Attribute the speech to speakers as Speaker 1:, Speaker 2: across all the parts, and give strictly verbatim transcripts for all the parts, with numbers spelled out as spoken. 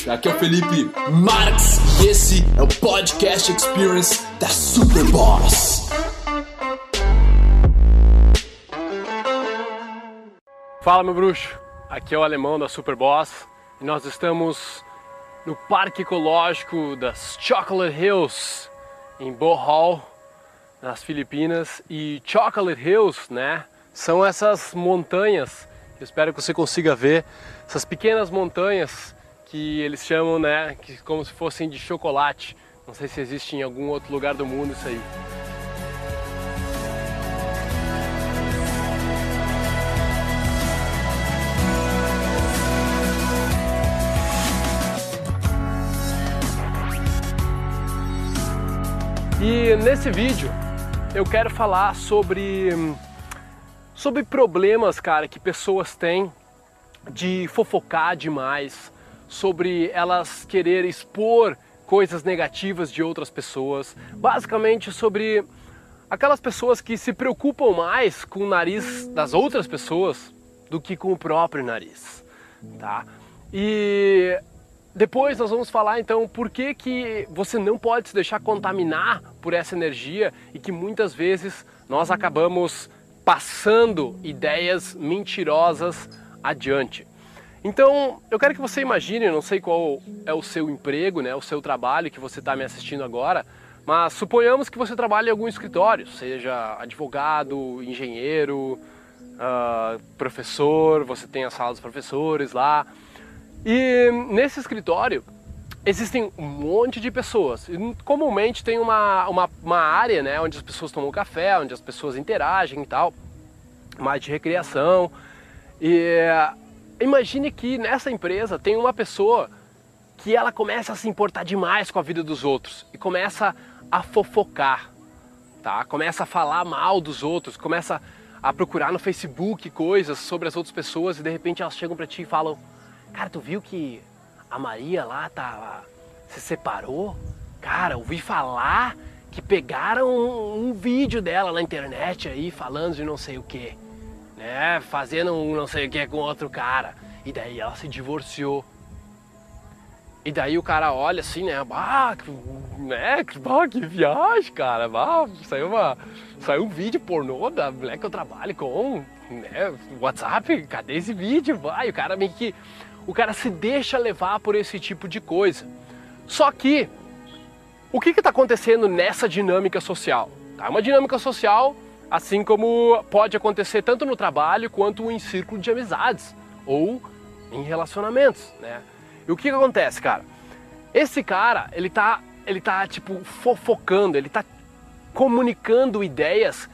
Speaker 1: bruxo, aqui é o Felipe Marques e esse é o Podcast Experience da Superboss.
Speaker 2: Fala, meu bruxo, aqui é o Alemão da Superboss e nós estamos no Parque Ecológico das Chocolate Hills em Bohol, nas Filipinas. E Chocolate Hills, né, são essas montanhas, eu espero que você consiga ver, essas pequenas montanhas que eles chamam, né, que como se fossem de chocolate. Não sei se existe em algum outro lugar do mundo isso aí. E nesse vídeo eu quero falar sobre, sobre problemas, cara, que pessoas têm de fofocar demais, sobre elas querer expor coisas negativas de outras pessoas, basicamente sobre aquelas pessoas que se preocupam mais com o nariz das outras pessoas do que com o próprio nariz, tá? E depois nós vamos falar então por que que você não pode se deixar contaminar por essa energia e que muitas vezes nós acabamos passando ideias mentirosas adiante. Então eu quero que você imagine, não sei qual é o seu emprego, né, o seu trabalho que você está me assistindo agora, mas suponhamos que você trabalhe em algum escritório, seja advogado, engenheiro, uh, professor, você tem a sala dos professores lá. E nesse escritório existem um monte de pessoas. E comumente tem uma, uma, uma área, né, onde as pessoas tomam café, onde as pessoas interagem e tal, mais de recreação. E imagine que nessa empresa tem uma pessoa que ela começa a se importar demais com a vida dos outros e começa a fofocar, tá? Começa a falar mal dos outros, começa a procurar no Facebook coisas sobre as outras pessoas e de repente elas chegam pra ti e falam: cara, tu viu que a Maria lá tá, se separou? Cara, ouvi falar que pegaram um, um vídeo dela na internet aí falando de não sei o que, né? Fazendo um não sei o que com outro cara. E daí ela se divorciou. E daí o cara olha assim, né? Ah, que, né? Ah, que viagem, cara. Ah, saiu, uma, saiu um vídeo pornô da mulher que eu trabalho com, né? WhatsApp, cadê esse vídeo? Vai, o cara meio que... O cara se deixa levar por esse tipo de coisa. Só que, o que está acontecendo nessa dinâmica social? É uma dinâmica social, assim como pode acontecer tanto no trabalho quanto em círculo de amizades ou em relacionamentos, né? E o que, que acontece, cara? Esse cara, ele tá, ele tá tipo fofocando, ele tá comunicando ideias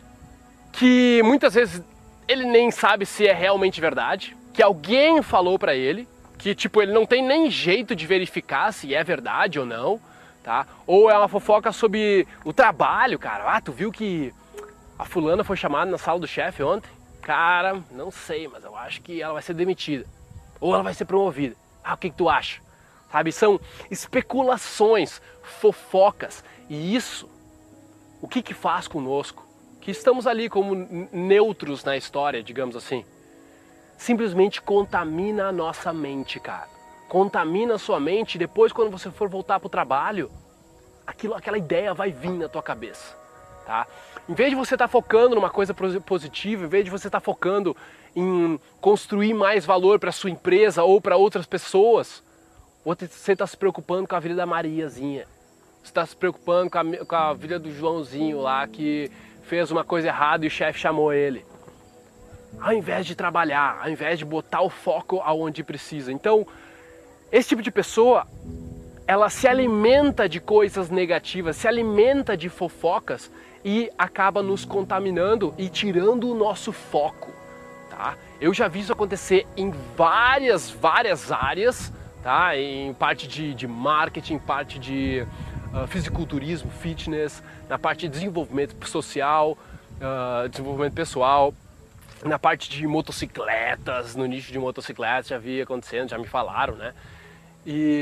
Speaker 2: que muitas vezes ele nem sabe se é realmente verdade, que alguém falou pra ele, que tipo ele não tem nem jeito de verificar se é verdade ou não, tá? Ou é uma fofoca sobre o trabalho, cara. Ah, tu viu que a fulana foi chamada na sala do chefe ontem? Cara, não sei, mas eu acho que ela vai ser demitida. Ou ela vai ser promovida. Ah, o que que tu acha? Sabe, são especulações, fofocas. E isso, o que que faz conosco? Que estamos ali como neutros na história, digamos assim. Simplesmente contamina a nossa mente, cara. Contamina a sua mente e depois quando você for voltar pro trabalho, aquilo, aquela ideia vai vir na tua cabeça, tá? Em vez de você estar focando numa coisa positiva, em vez de você estar focando em construir mais valor para sua empresa ou para outras pessoas, você está se preocupando com a vida da Mariazinha. Você está se preocupando com a, com a vida do Joãozinho lá que fez uma coisa errada e o chefe chamou ele. Ao invés de trabalhar, ao invés de botar o foco aonde precisa. Então, esse tipo de pessoa, ela se alimenta de coisas negativas, se alimenta de fofocas e acaba nos contaminando e tirando o nosso foco, tá? Eu já vi isso acontecer em várias, várias áreas, tá? Em parte de, de marketing, parte de uh, fisiculturismo, fitness, na parte de desenvolvimento social, uh, desenvolvimento pessoal, na parte de motocicletas, no nicho de motocicletas, já vi acontecendo, já me falaram, né? E,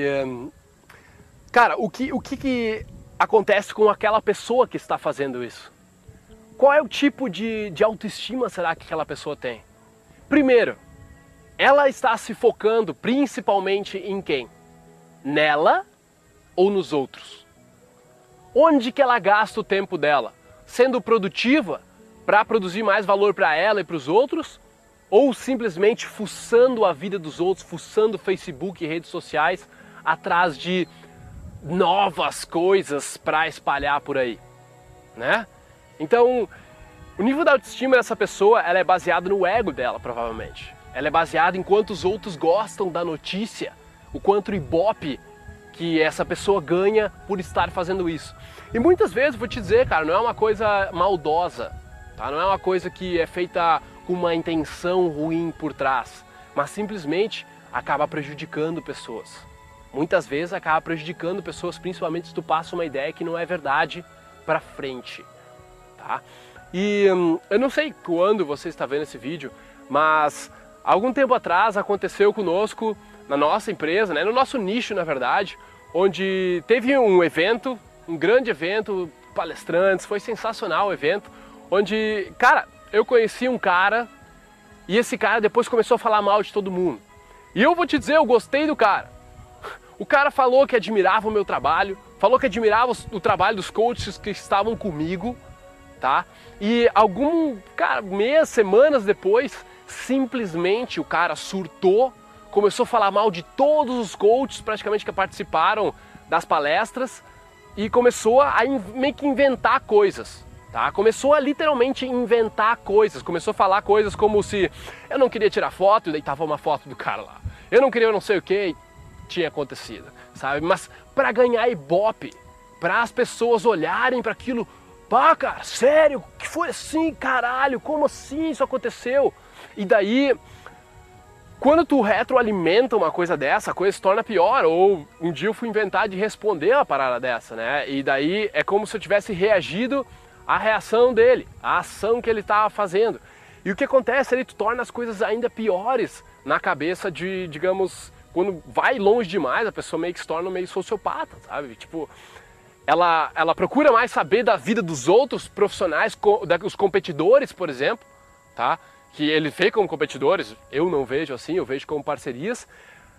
Speaker 2: cara, o que, o que, que acontece com aquela pessoa que está fazendo isso? Qual é o tipo de, de autoestima será que aquela pessoa tem? Primeiro, ela está se focando principalmente em quem? Nela ou nos outros? Onde que ela gasta o tempo dela? Sendo produtiva para produzir mais valor para ela e para os outros? Ou simplesmente fuçando a vida dos outros, fuçando Facebook e redes sociais atrás de novas coisas para espalhar por aí, né? Então, o nível da autoestima dessa pessoa, ela é baseado no ego dela, provavelmente. Ela é baseada em quanto os outros gostam da notícia, o quanto o ibope que essa pessoa ganha por estar fazendo isso. E muitas vezes, vou te dizer, cara, não é uma coisa maldosa, tá? Não é uma coisa que é feita com uma intenção ruim por trás, mas simplesmente acaba prejudicando pessoas. Muitas vezes acaba prejudicando pessoas, principalmente se tu passa uma ideia que não é verdade pra frente, tá? E hum, eu não sei quando você está vendo esse vídeo, mas algum tempo atrás aconteceu conosco, na nossa empresa, né, no nosso nicho na verdade, onde teve um evento, um grande evento, palestrantes, foi sensacional o evento, onde, cara, eu conheci um cara e esse cara depois começou a falar mal de todo mundo. E eu vou te dizer, eu gostei do cara. O cara falou que admirava o meu trabalho, falou que admirava o trabalho dos coaches que estavam comigo, tá? E algum, cara, mês, semanas depois, simplesmente o cara surtou, começou a falar mal de todos os coaches praticamente que participaram das palestras e começou a meio que inventar coisas, tá? Começou a literalmente inventar coisas, começou a falar coisas como se eu não queria tirar foto e daí tava uma foto do cara lá, eu não queria não sei o que, tinha acontecido, sabe? Mas para ganhar ibope, para as pessoas olharem para aquilo, pá, cara, sério, que foi assim, caralho, como assim isso aconteceu? E daí, quando tu retroalimenta uma coisa dessa, a coisa se torna pior. Ou um dia eu fui inventar de responder uma parada dessa, né? E daí é como se eu tivesse reagido à reação dele, à ação que ele estava fazendo. E o que acontece? Ele torna as coisas ainda piores na cabeça de, digamos, quando vai longe demais, a pessoa meio que se torna meio sociopata, sabe? Tipo, ela, ela procura mais saber da vida dos outros profissionais, dos competidores, por exemplo, tá? Que eles veem como competidores, eu não vejo assim, eu vejo como parcerias,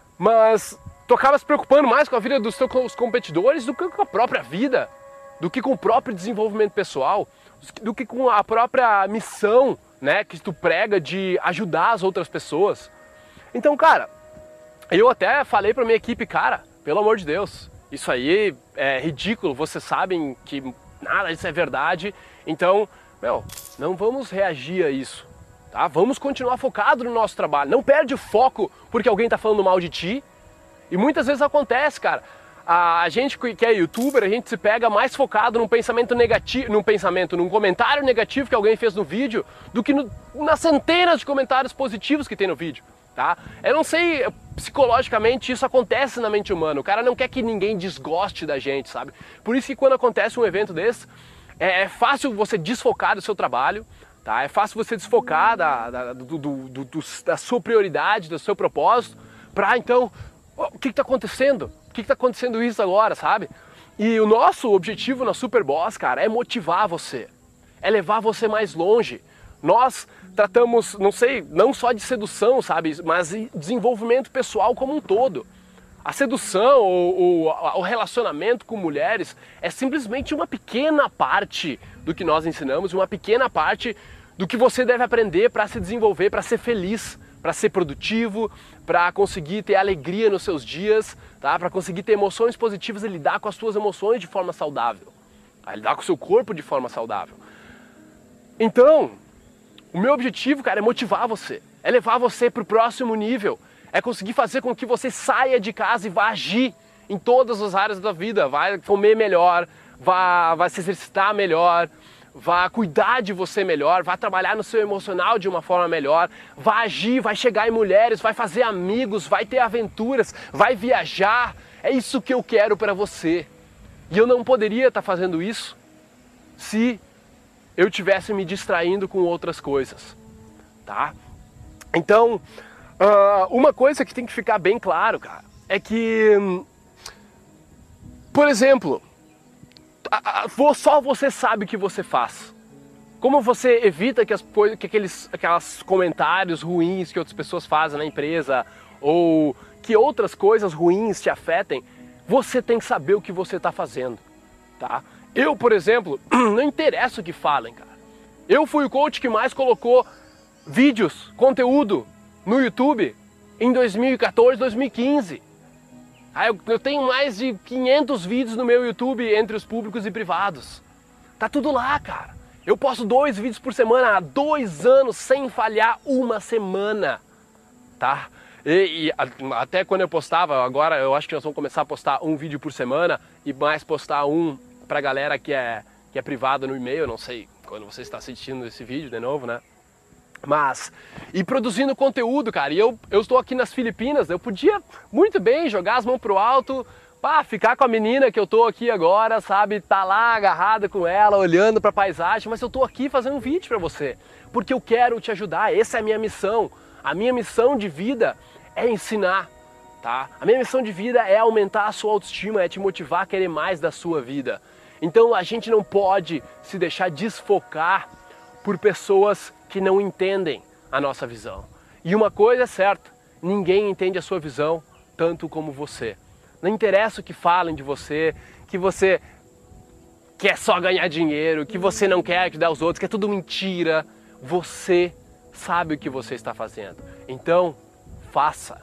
Speaker 2: mas tu acaba se preocupando mais com a vida dos teus competidores do que com a própria vida, do que com o próprio desenvolvimento pessoal, do que com a própria missão, né, que tu prega de ajudar as outras pessoas. Então, cara, eu até falei pra minha equipe, cara, pelo amor de Deus, isso aí é ridículo, vocês sabem que nada disso é verdade, então, meu, não vamos reagir a isso. Tá? Vamos continuar focado no nosso trabalho. Não perde o foco porque alguém está falando mal de ti. E muitas vezes acontece, cara. A gente que é youtuber, a gente se pega mais focado num pensamento negativo, num pensamento, num comentário negativo que alguém fez no vídeo, do que no, nas centenas de comentários positivos que tem no vídeo. Tá? Eu não sei, psicologicamente isso acontece na mente humana. O cara não quer que ninguém desgoste da gente, sabe? Por isso que quando acontece um evento desse, é, é fácil você desfocar do seu trabalho. Tá? É fácil você desfocar da, da, do, do, do, do, da sua prioridade, do seu propósito, para então, oh, o que está acontecendo? O que está acontecendo isso agora, sabe? E o nosso objetivo na Superboss, cara, é motivar você, é levar você mais longe. Nós tratamos, não sei, não só de sedução, sabe, mas de desenvolvimento pessoal como um todo. A sedução ou o relacionamento com mulheres é simplesmente uma pequena parte do que nós ensinamos, uma pequena parte do que você deve aprender para se desenvolver, para ser feliz, para ser produtivo, para conseguir ter alegria nos seus dias, tá? Para conseguir ter emoções positivas e lidar com as suas emoções de forma saudável, tá? Lidar com o seu corpo de forma saudável. Então, o meu objetivo, cara, é motivar você, é levar você para o próximo nível, é conseguir fazer com que você saia de casa e vá agir em todas as áreas da vida, vai comer melhor, vá, vai se exercitar melhor, vá cuidar de você melhor, vá trabalhar no seu emocional de uma forma melhor, vá agir, vai chegar em mulheres, vai fazer amigos, vai ter aventuras, vai viajar. É isso que eu quero para você. E eu não poderia estar fazendo isso se eu estivesse me distraindo com outras coisas, tá? Então, uh, uma coisa que tem que ficar bem claro, cara, é que, por exemplo, só você sabe o que você faz. Como você evita que, as, que aqueles aquelas comentários ruins que outras pessoas fazem na empresa ou que outras coisas ruins te afetem, você tem que saber o que você está fazendo, tá? Eu, por exemplo, não interessa o que falem, cara. Eu fui o coach que mais colocou vídeos, conteúdo no YouTube em dois mil e quatorze, dois mil e quinze. Eu, eu tenho mais de quinhentos vídeos no meu YouTube entre os públicos e privados. Tá tudo lá, cara. Eu posto dois vídeos por semana há dois anos sem falhar uma semana, tá? E, e até quando eu postava, agora eu acho que nós vamos começar a postar um vídeo por semana e mais postar um pra galera que é, que é privada no e-mail, não sei quando você está assistindo esse vídeo de novo, né? Mas, e produzindo conteúdo, cara, e eu, eu estou aqui nas Filipinas, eu podia muito bem jogar as mãos pro alto, pá, ficar com a menina que eu tô aqui agora, sabe, tá lá agarrada com ela, olhando pra paisagem, mas eu tô aqui fazendo um vídeo pra você, porque eu quero te ajudar, essa é a minha missão, a minha missão de vida é ensinar, tá? A minha missão de vida é aumentar a sua autoestima, é te motivar a querer mais da sua vida. Então a gente não pode se deixar desfocar por pessoas que não entendem a nossa visão. E uma coisa é certa, ninguém entende a sua visão tanto como você. Não interessa o que falem de você, que você quer só ganhar dinheiro, que você não quer ajudar os outros, que é tudo mentira. Você sabe o que você está fazendo. Então, faça,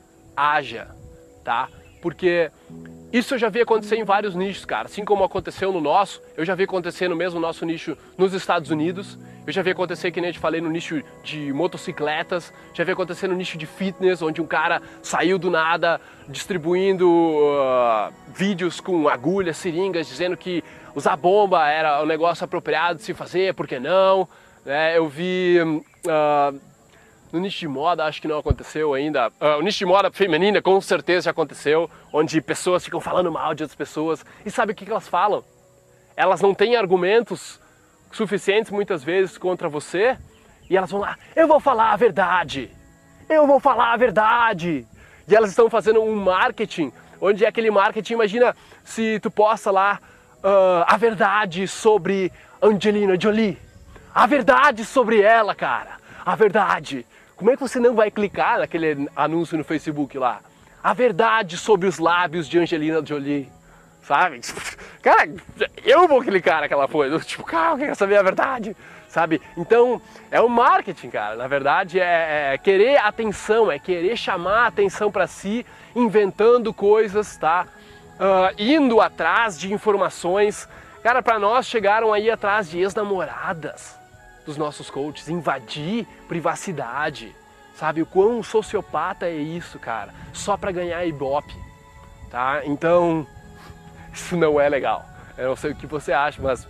Speaker 2: haja, tá? Porque isso eu já vi acontecer em vários nichos, cara. Assim como aconteceu no nosso, eu já vi acontecer no mesmo nosso nicho nos Estados Unidos. Eu já vi acontecer, que nem eu te falei, no nicho de motocicletas. Já vi acontecer no nicho de fitness, onde um cara saiu do nada distribuindo uh, vídeos com agulhas, seringas, dizendo que usar bomba era o negócio apropriado de se fazer, por que não? É, eu vi... Uh, No nicho de moda, acho que não aconteceu ainda. Uh, o nicho de moda feminina, com certeza já aconteceu, onde pessoas ficam falando mal de outras pessoas. E sabe o que, que elas falam? Elas não têm argumentos suficientes, muitas vezes, contra você. E elas vão lá, eu vou falar a verdade. Eu vou falar a verdade. E elas estão fazendo um marketing, onde é aquele marketing, imagina se tu posta lá uh, a verdade sobre Angelina Jolie. A verdade sobre ela, cara. A verdade. Como é que você não vai clicar naquele anúncio no Facebook lá? A verdade sobre os lábios de Angelina Jolie, sabe? Cara, eu vou clicar naquela coisa, tipo, cara, eu quero saber a verdade, sabe? Então, é o marketing, cara. Na verdade, é, é querer atenção, é querer chamar a atenção para si, inventando coisas, tá? Uh, indo atrás de informações. Cara, para nós chegaram aí atrás de ex-namoradas dos nossos coaches, invadir privacidade, sabe? O quão sociopata é isso, cara? Só para ganhar ibope, tá? Então, isso não é legal. Eu não sei o que você acha, mas,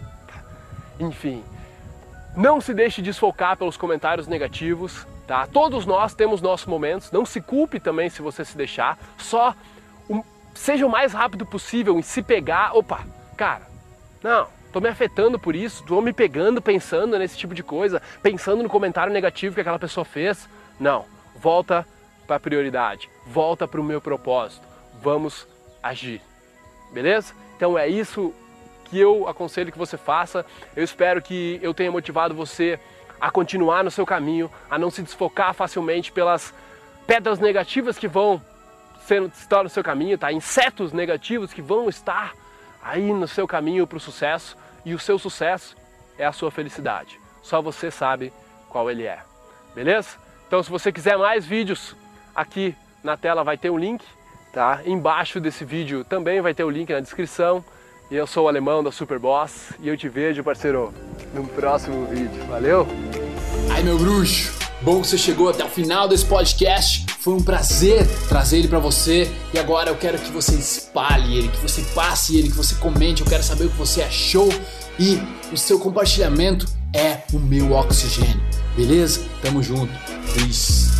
Speaker 2: enfim, não se deixe desfocar pelos comentários negativos, tá? Todos nós temos nossos momentos, não se culpe também se você se deixar, só um, seja o mais rápido possível em se pegar, opa, cara, não, tô me afetando por isso, tô me pegando pensando nesse tipo de coisa, pensando no comentário negativo que aquela pessoa fez. Não, volta para a prioridade, volta para o meu propósito, vamos agir, beleza? Então é isso que eu aconselho que você faça. Eu espero que eu tenha motivado você a continuar no seu caminho, a não se desfocar facilmente pelas pedras negativas que vão ser, estar no seu caminho, tá? Insetos negativos que vão estar aí no seu caminho para o sucesso. E o seu sucesso é a sua felicidade. Só você sabe qual ele é. Beleza? Então, se você quiser mais vídeos, aqui na tela vai ter um link, tá? Embaixo desse vídeo também vai ter o link na descrição. E eu sou o Alemão da Superboss e eu te vejo, parceiro, no próximo vídeo. Valeu?
Speaker 1: Aí, meu bruxo, bom que você chegou até o final desse podcast. Foi um prazer trazer ele para você e agora eu quero que você espalhe ele, que você passe ele, que você comente. Eu quero saber o que você achou e o seu compartilhamento é o meu oxigênio, beleza? Tamo junto. Peace.